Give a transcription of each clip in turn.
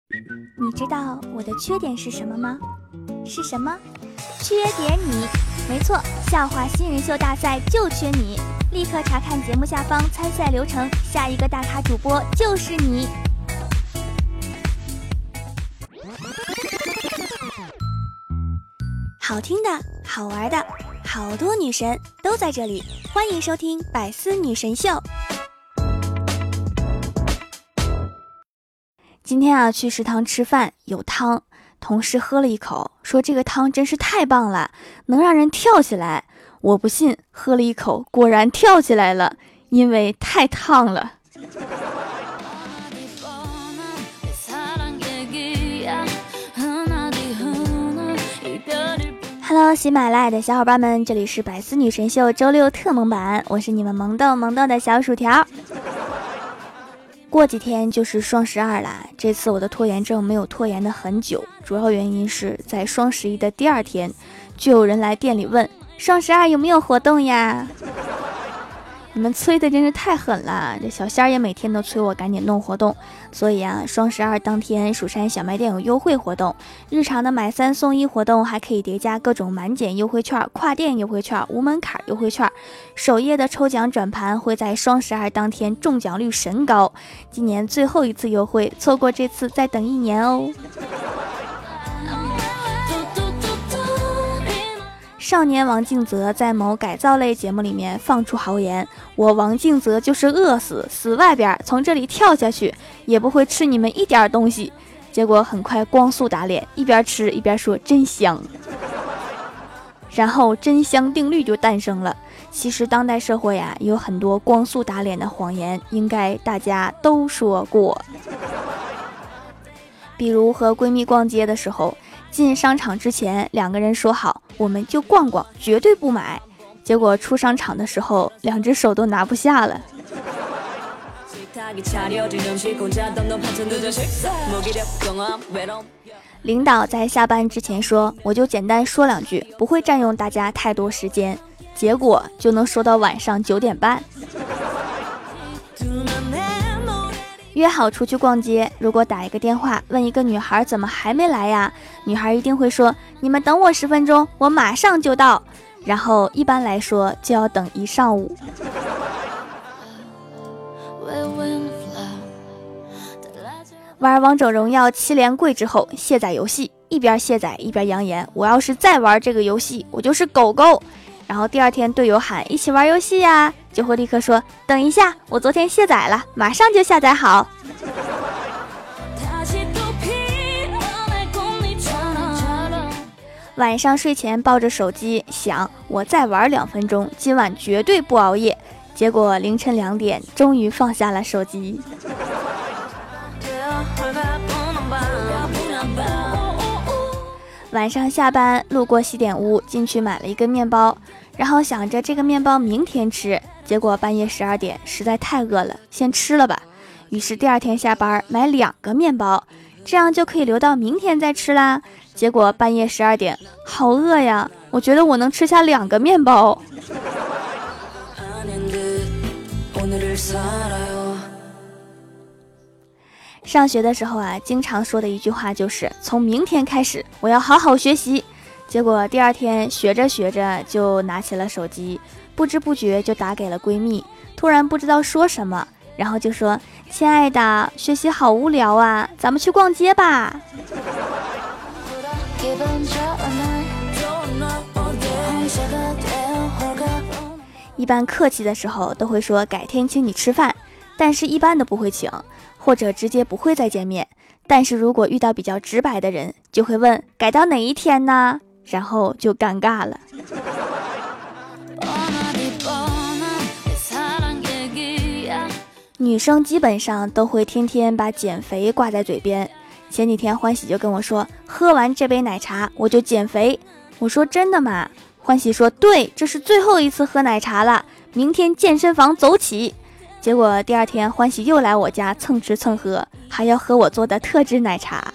你知道我的缺点是什么吗？是什么？缺点你。没错，笑话新人秀大赛就缺你。立刻查看节目下方参赛流程，下一个大咖主播就是你。好听的，好玩的，好多女神都在这里，欢迎收听百思女神秀。今天去食堂吃饭，有汤，同事喝了一口，说这个汤真是太棒了，能让人跳起来。我不信，喝了一口，果然跳起来了，因为太烫了。Hello， 喜马拉雅的小伙伴们，这里是百思女神秀周六特萌版，我是你们萌豆萌豆的小薯条。过几天就是双12啦，这次我的拖延症没有拖延的很久，主要原因是在双11的第2天，就有人来店里问双12有没有活动呀？你们催的真是太狠了，这小仙儿也每天都催我赶紧弄活动。所以双12当天蜀山小卖店有优惠活动，日常的买3送1活动，还可以叠加各种满减优惠券、跨店优惠券、无门槛优惠券。首页的抽奖转盘会在双12当天中奖率神高，今年最后一次优惠，错过这次再等1年哦。少年王敬泽在某改造类节目里面放出豪言，我王敬泽就是饿死，死外边，从这里跳下去也不会吃你们一点东西。结果很快光速打脸，一边吃一边说真香。然后真香定律就诞生了。其实当代社会有很多光速打脸的谎言，应该大家都说过。比如和闺蜜逛街的时候，进商场之前2个人说好我们就逛逛，绝对不买，结果出商场的时候2只手都拿不下了。领导在下班之前说我就简单说2句，不会占用大家太多时间，结果就能说到晚上9点半。约好出去逛街，如果打一个电话问一个女孩怎么还没来呀，女孩一定会说你们等我10分钟，我马上就到，然后一般来说就要等1上午。玩王者荣耀7连跪之后卸载游戏，一边卸载一边扬言我要是再玩这个游戏我就是狗狗。然后第2天队友喊一起玩游戏呀，就会立刻说等一下，我昨天卸载了，马上就下载好。晚上睡前抱着手机想我再玩2分钟，今晚绝对不熬夜，结果凌晨2点终于放下了手机。晚上下班路过西点屋，进去买了一个面包，然后想着这个面包明天吃，结果半夜12点实在太饿了，先吃了吧。于是第2天下班买2个面包，这样就可以留到明天再吃啦。结果半夜12点，好饿呀，我觉得我能吃下2个面包。上学的时候经常说的一句话就是从明天开始我要好好学习，结果第2天学着学着就拿起了手机，不知不觉就打给了闺蜜，突然不知道说什么，然后就说亲爱的，学习好无聊啊，咱们去逛街吧。一般客气的时候都会说改天请你吃饭，但是一般都不会请，或者直接不会再见面。但是如果遇到比较直白的人，就会问改到哪一天呢？然后就尴尬了。女生基本上都会天天把减肥挂在嘴边。前几天欢喜就跟我说，喝完这杯奶茶我就减肥。我说真的吗？欢喜说对，这是最后一次喝奶茶了，明天健身房走起。结果第2天欢喜又来我家蹭吃蹭喝，还要喝我做的特制奶茶。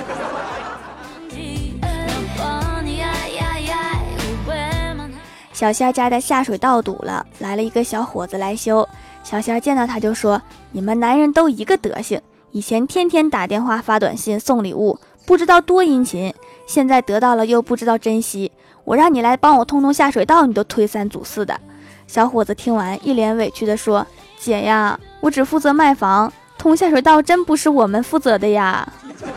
小仙家的下水道堵了，来了一个小伙子来修。小仙见到他就说，你们男人都一个德行， 以前天天打电话发短信送礼物，不知道多殷勤，现在得到了又不知道珍惜，我让你来帮我通通下水道，你都推三阻四的。小伙子听完一脸委屈地说，姐呀，我只负责卖房，通下水道真不是我们负责的呀。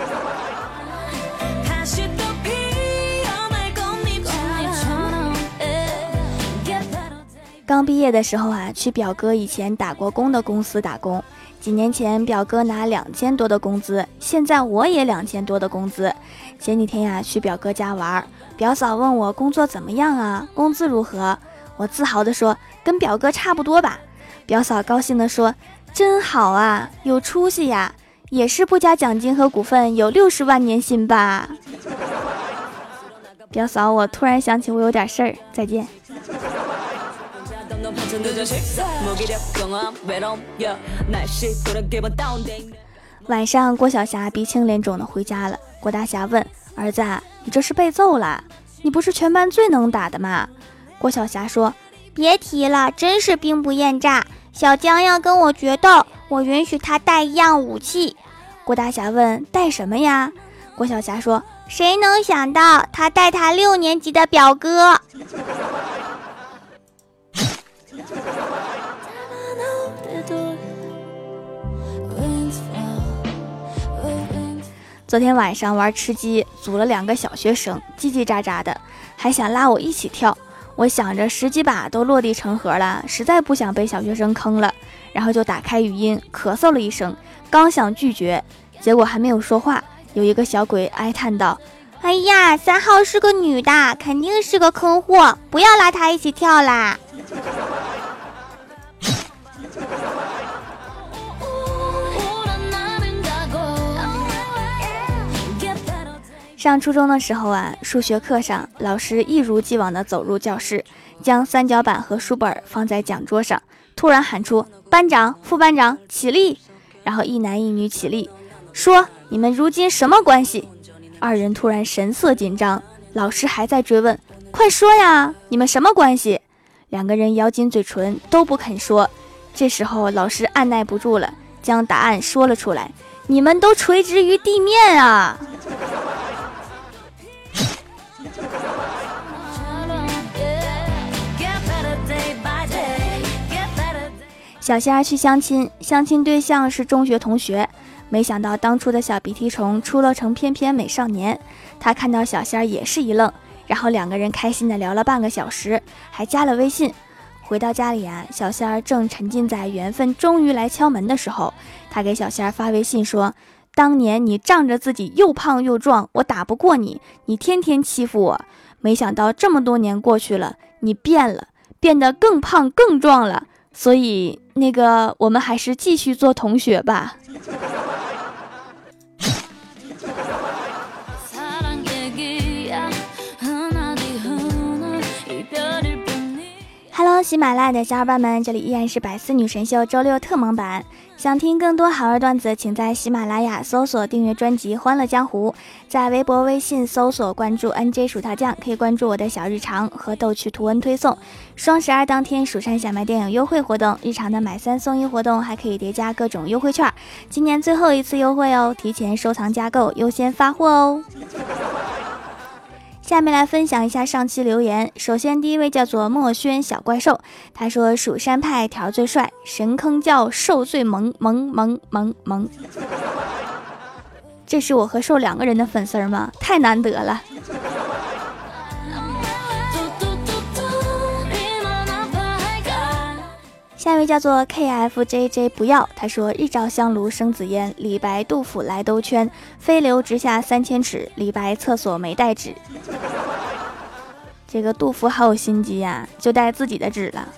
刚毕业的时候啊，去表哥以前打过工的公司打工。几年前表哥拿2000多的工资，现在我也2000多的工资。前几天呀，去表哥家玩，表嫂问我工作怎么样啊，工资如何？我自豪地说，跟表哥差不多吧。表嫂高兴地说，真好啊，有出息呀，也是不加奖金和股份，有60万年薪吧。表嫂，我突然想起我有点事儿，再见。晚上郭晓霞鼻青脸肿的回家了，郭大侠问儿子，你这是被揍了？你不是全班最能打的吗？郭晓霞说，别提了，真是兵不厌诈，小江要跟我决斗，我允许他带一样武器。郭大侠问，带什么呀？郭晓霞说，谁能想到他带他6年级的表哥。昨天晚上玩吃鸡，组了2个小学生，叽叽喳喳的，还想拉我一起跳。我想着10几把都落地成盒了，实在不想被小学生坑了，然后就打开语音咳嗽了一声，刚想拒绝，结果还没有说话，有一个小鬼哀叹道，哎呀，3号是个女的，肯定是个坑货，不要拉她一起跳啦。上初中的时候啊，数学课上，老师一如既往地走入教室，将三角板和书本放在讲桌上，突然喊出，班长、副班长起立，然后一男一女起立，说，你们如今什么关系？2人突然神色紧张，老师还在追问，快说呀，你们什么关系？2个人咬紧嘴唇都不肯说。这时候老师按耐不住了，将答案说了出来，你们都垂直于地面啊。小仙儿去相亲，相亲对象是中学同学，没想到当初的小鼻涕虫出了成翩翩美少年。他看到小仙儿也是一愣，然后2个人开心的聊了半个小时，还加了微信。回到家里啊，小仙儿正沉浸在缘分终于来敲门的时候，他给小仙儿发微信说，当年你仗着自己又胖又壮，我打不过你，你天天欺负我，没想到这么多年过去了，你变了，变得更胖更壮了，所以我们还是继续做同学吧。Hello， 喜马拉雅的小伙伴们，这里依然是百思女神秀周六特蒙版。想听更多好玩段子，请在喜马拉雅搜索订阅专辑《欢乐江湖》，在微博、微信搜索关注 NJ 薯条酱，可以关注我的小日常和逗趣图文推送。双12当天，蜀山小卖电影优惠活动，日常的买3送1活动还可以叠加各种优惠券，今年最后一次优惠哦，提前收藏加购，优先发货哦。下面来分享一下上期留言。首先第一位叫做墨轩小怪兽，他说蜀山派条最帅，神坑教兽最萌萌萌萌萌。这是我和兽2个人的粉丝吗？太难得了。下一位叫做 KFJJ 不要，他说日照香炉生紫烟，李白杜甫来兜圈，飞流直下3000尺，李白厕所没带纸。这个杜甫好有心机呀，就带自己的纸了。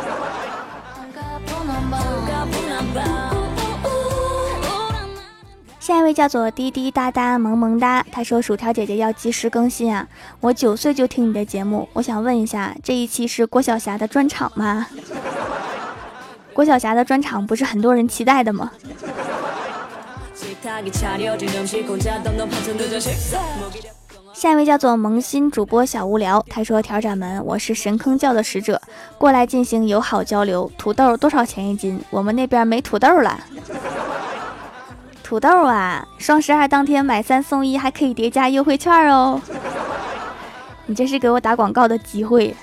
下一位叫做滴滴答答萌萌哒，他说薯条姐姐要及时更新啊，我9岁就听你的节目，我想问一下，这一期是郭晓霞的专场吗？郭晓霞的专场不是很多人期待的吗？下一位叫做萌新主播小无聊，他说调掌门，我是神坑教的使者，过来进行友好交流，土豆多少钱1斤？我们那边没土豆了。 土豆啊，双12当天买3送1，还可以叠加优惠券哦。你这是给我打广告的机会。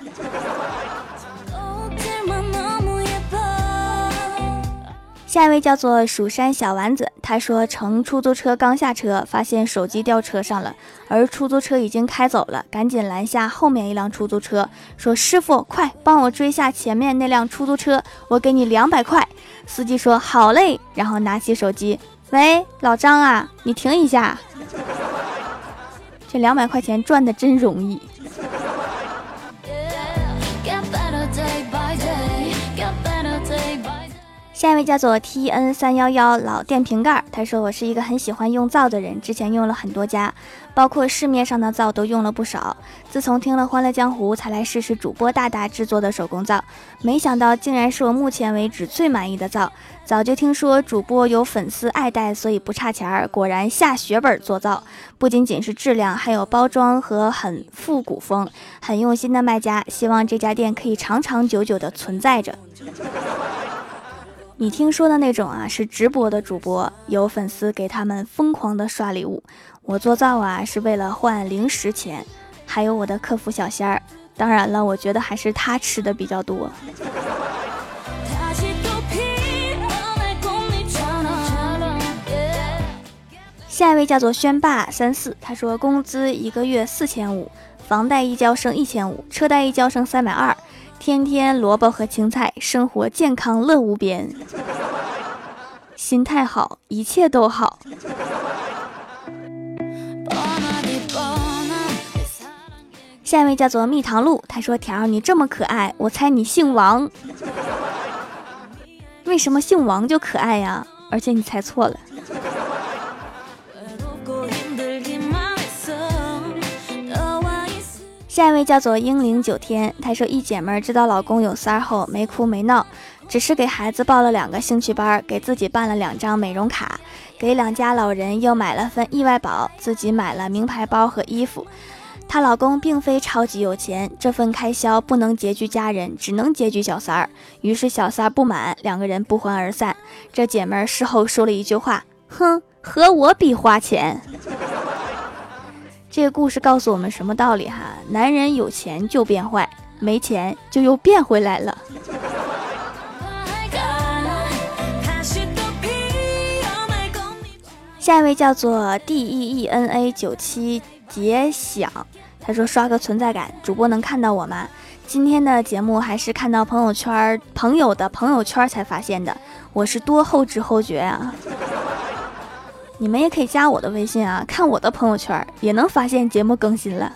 下一位叫做蜀山小丸子，他说乘出租车刚下车，发现手机掉车上了，而出租车已经开走了，赶紧拦下后面一辆出租车，说师傅快帮我追下前面那辆出租车，我给你200块。司机说好嘞，然后拿起手机，喂，老张啊，你停一下。这200块钱赚的真容易。下一位叫做 TN311 老电瓶盖，他说我是一个很喜欢用皂的人，之前用了很多家，包括市面上的皂都用了不少，自从听了欢乐江湖才来试试主播大大制作的手工皂，没想到竟然是我目前为止最满意的皂。早就听说主播有粉丝爱戴，所以不差钱儿，果然下血本做皂，不仅仅是质量，还有包装和很复古风，很用心的卖家，希望这家店可以长长久久的存在着。你听说的那种啊，是直播的主播，有粉丝给他们疯狂的刷礼物。我做皂啊，是为了换零食钱，还有我的客服小仙儿。当然了，我觉得还是他吃的比较多。下一位叫做轩霸34，他说工资1个月4500，房贷一交剩1500，车贷一交剩320。天天萝卜和青菜，生活健康乐无边。心态好，一切都好。下一位叫做蜜糖露，他说条你这么可爱，我猜你姓王。为什么姓王就可爱呀？而且你猜错了。下一位叫做英灵9天，她说一姐们知道老公有3后没哭没闹，只是给孩子报了2个兴趣班，给自己办了2张美容卡，给2家老人又买了份意外保，自己买了名牌包和衣服。她老公并非超级有钱，这份开销不能拮据家人，只能拮据小三儿，于是小三儿不满，2个人不欢而散。这姐们事后说了一句话，哼，和我比花钱。这个故事告诉我们什么道理哈？男人有钱就变坏，没钱就又变回来了。下一位叫做 DEENA97 杰想，他说刷个存在感，主播能看到我吗？今天的节目还是看到朋友的朋友圈才发现的，我是多后知后觉啊。你们也可以加我的微信啊，看我的朋友圈也能发现节目更新了。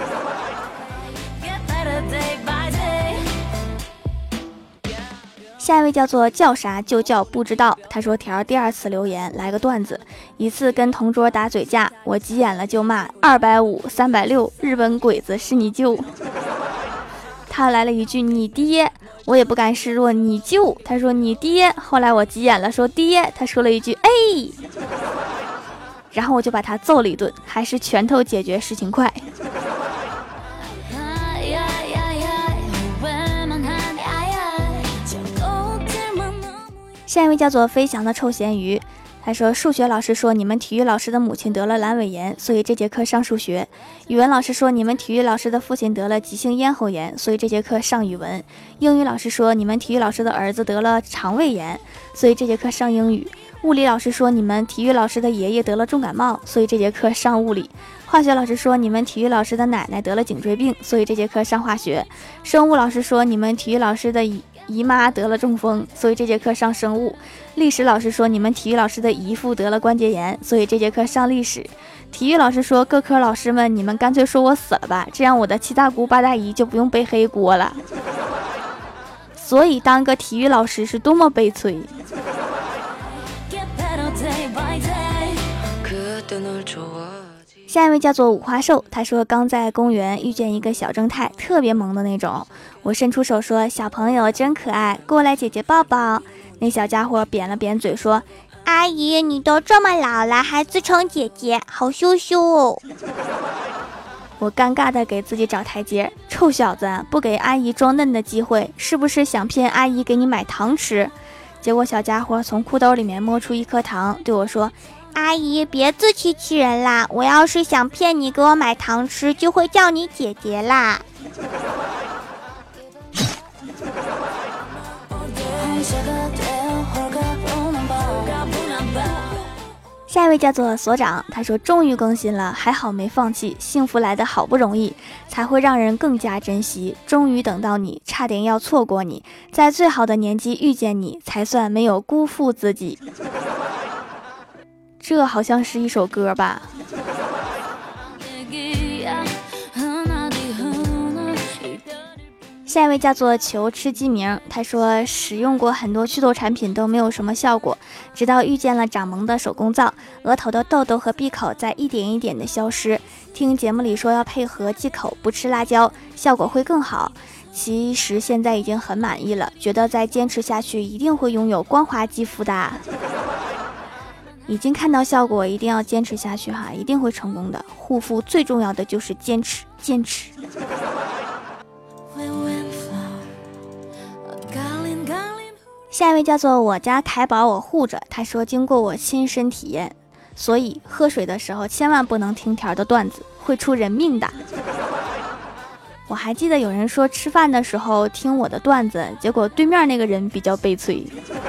下一位叫做叫啥就叫不知道，他说条第2次留言来个段子，一次跟同桌打嘴架，我急眼了就骂250、360，日本鬼子是你舅。他来了一句你爹，我也不甘示弱，你舅，他说你爹，后来我急眼了说爹，他说了一句哎，然后我就把他揍了一顿，还是拳头解决事情快。下一位叫做飞翔的臭咸鱼，他说数学老师说你们体育老师的母亲得了阑尾炎，所以这节课上数学。语文老师说你们体育老师的父亲得了急性咽喉炎，所以这节课上语文。英语老师说你们体育老师的儿子得了肠胃炎，所以这节课上英语。物理老师说你们体育老师的爷爷得了重感冒，所以这节课上物理。化学老师说你们体育老师的奶奶得了颈椎病，所以这节课上化学。生物老师说你们体育老师的姨妈得了中风，所以这节课上生物。历史老师说你们体育老师的姨父得了关节炎，所以这节课上历史。体育老师说各科老师们，你们干脆说我死了吧，这样我的7大姑8大姨就不用背黑锅了。所以当个体育老师是多么悲催。下一位叫做五花兽，他说刚在公园遇见一个小正太，特别萌的那种，我伸出手说小朋友真可爱，过来姐姐抱抱。那小家伙扁了扁嘴说阿姨你都这么老了还自称姐姐，好羞羞哦。我尴尬的给自己找台阶，臭小子不给阿姨装嫩的机会，是不是想骗阿姨给你买糖吃？结果小家伙从裤兜里面摸出1颗糖对我说阿姨，别自欺欺人啦！我要是想骗你给我买糖吃，就会叫你姐姐啦。下一位叫做所长，他说终于更新了，还好没放弃，幸福来的好不容易，才会让人更加珍惜。终于等到你，差点要错过你，在最好的年纪遇见你，才算没有辜负自己。这好像是一首歌吧。下一位叫做求吃鸡鸣，他说使用过很多祛痘产品都没有什么效果，直到遇见了掌萌的手工皂，额头的痘痘和闭口在一点一点的消失。听节目里说要配合忌口，不吃辣椒，效果会更好。其实现在已经很满意了，觉得再坚持下去一定会拥有光滑肌肤的。已经看到效果，一定要坚持下去哈，一定会成功的。护肤最重要的就是坚持，坚持。下一位叫做我家凯宝我护着，他说经过我亲身体验，所以喝水的时候千万不能听条的段子，会出人命的。我还记得有人说吃饭的时候听我的段子，结果对面那个人比较悲催。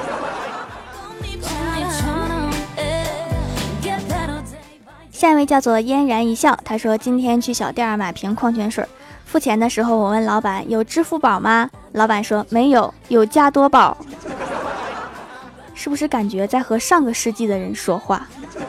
下一位叫做嫣然一笑，他说今天去小店买瓶矿泉水，付钱的时候我问老板有支付宝吗？老板说没有，有加多宝。是不是感觉在和上个世纪的人说话？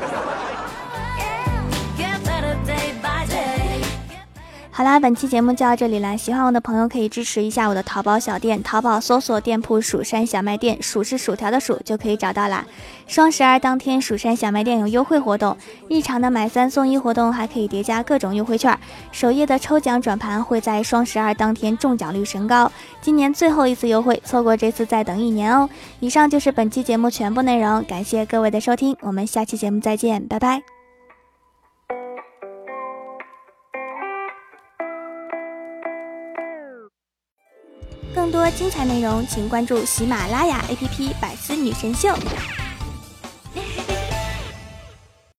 好啦，本期节目就到这里了，喜欢我的朋友可以支持一下我的淘宝小店，淘宝搜索店铺蜀山小卖店，蜀是薯条的蜀就可以找到啦。双12当天蜀山小卖店有优惠活动，日常的买3送1活动还可以叠加各种优惠券，首页的抽奖转盘会在双12当天中奖率升高，今年最后一次优惠，错过这次再等1年哦。以上就是本期节目全部内容，感谢各位的收听，我们下期节目再见，拜拜。更多精彩内容请关注喜马拉雅 APP 百思女神秀。